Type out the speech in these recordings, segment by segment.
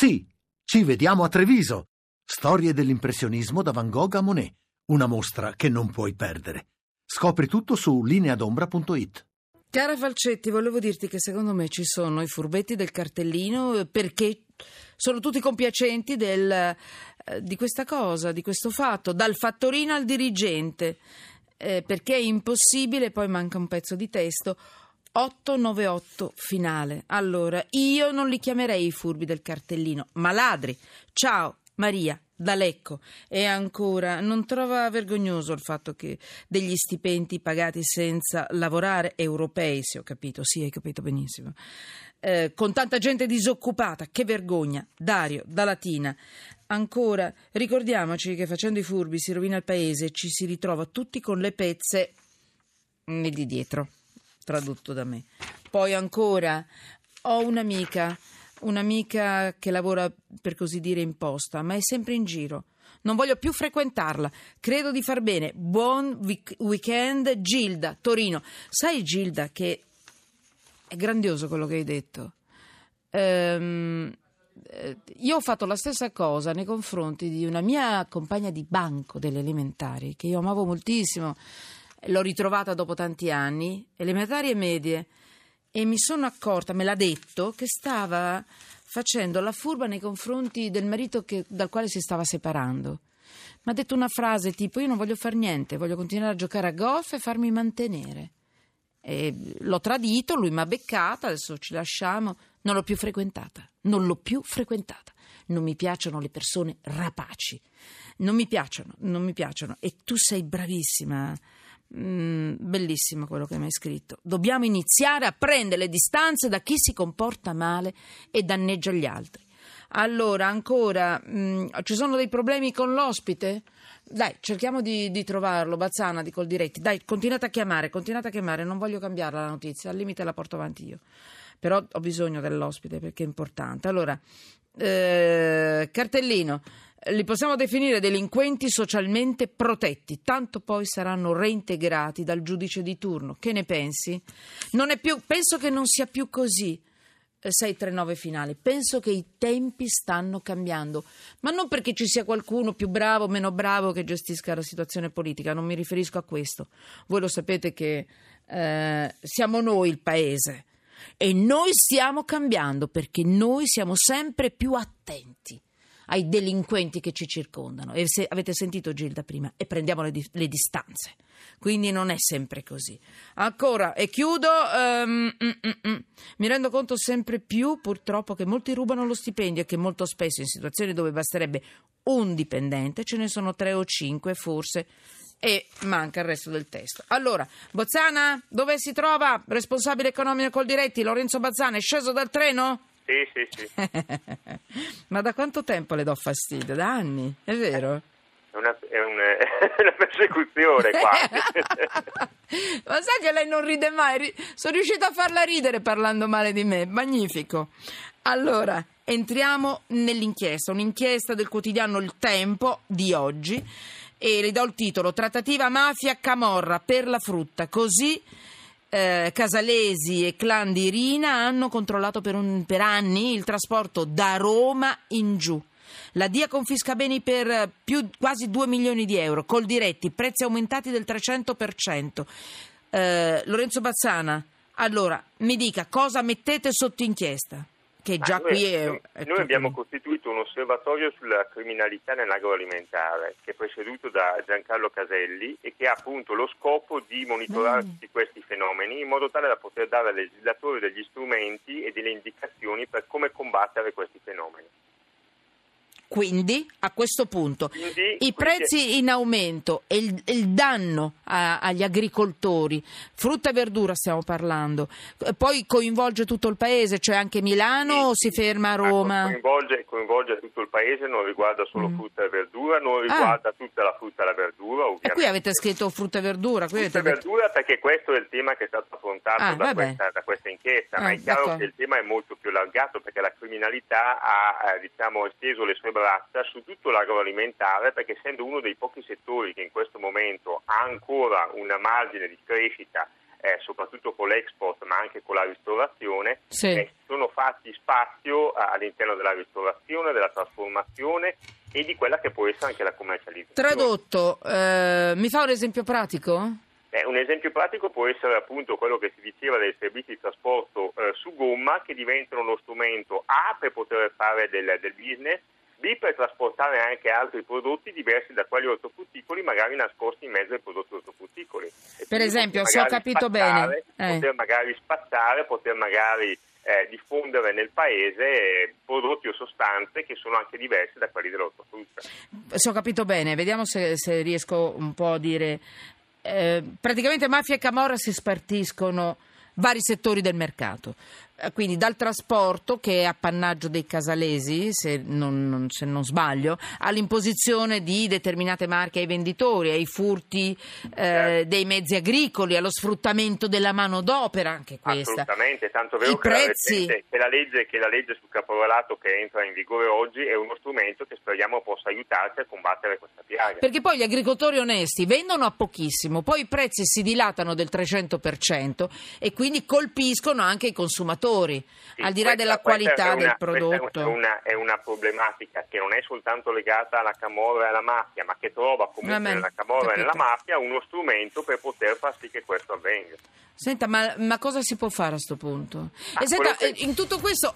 Sì, ci vediamo a Treviso. Storie dell'impressionismo da Van Gogh a Monet. Una mostra che non puoi perdere. Scopri tutto su lineadombra.it. Cara Falcetti, volevo dirti che secondo me ci sono i furbetti del cartellino perché sono tutti compiacenti di questa cosa, di questo fatto, dal fattorino al dirigente, perché è impossibile, poi manca un pezzo di testo. 898 finale. Allora, io non li chiamerei i furbi del cartellino, ma ladri. Ciao, Maria, da Lecco. E ancora, non trova vergognoso il fatto che degli stipendi pagati senza lavorare, europei, se ho capito, sì, hai capito benissimo, con tanta gente disoccupata, che vergogna. Dario, da Latina. Ancora, ricordiamoci che facendo i furbi si rovina il paese e ci si ritrova tutti con le pezze di dietro. Tradotto da me. Poi ancora, ho un'amica che lavora per così dire in posta, ma è sempre in giro. Non voglio più frequentarla. Credo di far bene. Buon weekend, Gilda, Torino. Sai, Gilda, che è grandioso quello che hai detto. Io ho fatto la stessa cosa nei confronti di una mia compagna di banco delle elementari, che io amavo moltissimo. L'ho ritrovata dopo tanti anni, elementari e medie, e mi sono accorta, me l'ha detto, che stava facendo la furba nei confronti del marito dal quale si stava separando. Mi ha detto una frase tipo: io non voglio far niente, voglio continuare a giocare a golf e farmi mantenere. E l'ho tradito, lui mi ha beccata, adesso ci lasciamo. Non l'ho più frequentata. Non mi piacciono le persone rapaci. Non mi piacciono. E tu sei bravissima. Bellissimo quello che mi hai scritto. Dobbiamo iniziare a prendere le distanze da chi si comporta male e danneggia gli altri. Allora, ancora, ci sono dei problemi con l'ospite? Dai, cerchiamo di trovarlo. Bazzana di Coldiretti. Dai, continuate a chiamare, non voglio cambiarla la notizia, al limite la porto avanti io. Però ho bisogno dell'ospite perché è importante. Allora, cartellino. Li possiamo definire delinquenti socialmente protetti, tanto poi saranno reintegrati dal giudice di turno. Che ne pensi? Penso che non sia più così. 639 finale. Penso che i tempi stanno cambiando, ma non perché ci sia qualcuno più bravo o meno bravo che gestisca la situazione politica, non mi riferisco a questo. Voi lo sapete che siamo noi il paese e noi stiamo cambiando perché noi siamo sempre più attenti ai delinquenti che ci circondano. E se avete sentito Gilda prima, e prendiamo le distanze, quindi non è sempre così. Ancora, e chiudo, mi rendo conto sempre più purtroppo che molti rubano lo stipendio e che molto spesso in situazioni dove basterebbe un dipendente ce ne sono 3 o 5 forse, e manca il resto del testo. Allora, Bozzana, dove si trova? Responsabile economico Coldiretti, Lorenzo Bazzana, è sceso dal treno? Sì. Ma da quanto tempo le do fastidio? Da anni, è vero? È una persecuzione quasi. Ma sai che lei non ride mai? Sono riuscita a farla ridere parlando male di me. Magnifico. Allora, entriamo nell'inchiesta. Un'inchiesta del quotidiano Il Tempo di oggi. E le do il titolo: Trattativa mafia Camorra per la frutta. Così Casalesi e clan di Rina hanno controllato per anni il trasporto da Roma in giù. La DIA confisca beni per quasi 2 milioni di euro. Coldiretti, prezzi aumentati del 300%. Lorenzo Bazzana, allora mi dica cosa mettete sotto inchiesta? Che già noi abbiamo costituito un osservatorio sulla criminalità nell'agroalimentare che è presieduto da Giancarlo Caselli e che ha appunto lo scopo di monitorare tutti questi fenomeni in modo tale da poter dare al legislatore degli strumenti e delle indicazioni per come combattere questi fenomeni. Quindi, a questo punto, i prezzi in aumento e il danno agli agricoltori, frutta e verdura stiamo parlando, poi coinvolge tutto il paese, cioè anche Milano o si ferma a Roma? Coinvolge tutto il paese, non riguarda solo frutta e verdura, non riguarda tutta la frutta e la verdura, ovviamente. E qui avete scritto frutta e verdura? Frutta e verdura perché questo è il tema che è stato affrontato da questa inchiesta, ma è chiaro che il tema è molto più allargato perché la criminalità ha esteso le sue braccia su tutto l'agroalimentare, perché essendo uno dei pochi settori che in questo momento ha ancora una margine di crescita soprattutto con l'export ma anche con la ristorazione, sì. sono fatti spazio all'interno della ristorazione, della trasformazione e di quella che può essere anche la commercializzazione. Tradotto, mi fa un esempio pratico? Un esempio pratico può essere appunto quello che si diceva dei servizi di trasporto su gomma, che diventano uno strumento A per poter fare del business, B per trasportare anche altri prodotti diversi da quelli ortofrutticoli, magari nascosti in mezzo ai prodotti ortofrutticoli. Per esempio, se ho capito bene, poter magari spazzare, poter magari diffondere nel paese prodotti o sostanze che sono anche diversi da quelli dell'ortofrutta. Se ho capito bene, vediamo se riesco un po' a dire. Praticamente mafia e camorra si spartiscono vari settori del mercato, quindi dal trasporto, che è appannaggio dei casalesi se non sbaglio, all'imposizione di determinate marche ai venditori, ai furti dei mezzi agricoli, allo sfruttamento della manodopera, anche questa. Assolutamente, tanto vero che la legge sul caporalato che entra in vigore oggi è uno strumento che speriamo possa aiutarci a combattere questa piaga. Perché poi gli agricoltori onesti vendono a pochissimo, poi i prezzi si dilatano del 300% e quindi colpiscono anche i consumatori. Sì, al di là della qualità del prodotto. È una problematica che non è soltanto legata alla camorra e alla mafia, ma che trova comunque nella camorra e nella mafia uno strumento per poter far sì che questo avvenga. Senta, ma cosa si può fare a sto punto? E senta, in tutto questo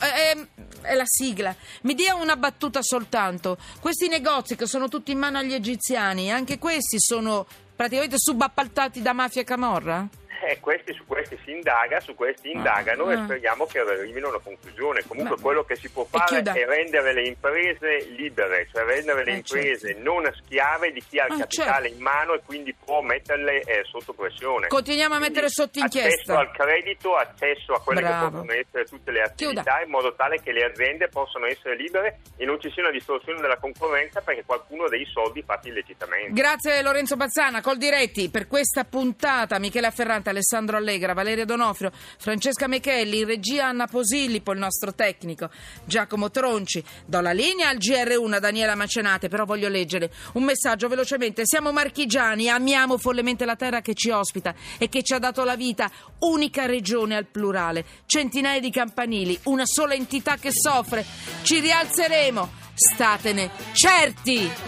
è la sigla. Mi dia una battuta soltanto. Questi negozi che sono tutti in mano agli egiziani, anche questi sono praticamente subappaltati da mafia e camorra? Su questi si indaga, su questi indagano e speriamo che arrivino a una conclusione. Comunque quello che si può fare è rendere le imprese libere, cioè rendere le imprese non schiave di chi ha il capitale in mano e quindi può metterle sotto pressione. Continuiamo a mettere sotto inchiesta. Accesso al credito, accesso a quelle che possono essere tutte le attività, in modo tale che le aziende possano essere libere e non ci sia una distorsione della concorrenza perché qualcuno ha dei soldi fatti illecitamente. Grazie Lorenzo Bazzana, Coldiretti, per questa puntata. Michela Ferrante, Alessandro Allegra, Valeria Donofrio, Francesca Mechelli, in regia Anna Posillipo, il nostro tecnico Giacomo Tronci. Do la linea al GR1 a Daniela Macenate, però voglio leggere un messaggio velocemente. Siamo marchigiani, amiamo follemente la terra che ci ospita e che ci ha dato la vita, unica regione al plurale, centinaia di campanili, una sola entità che soffre. Ci rialzeremo, statene certi!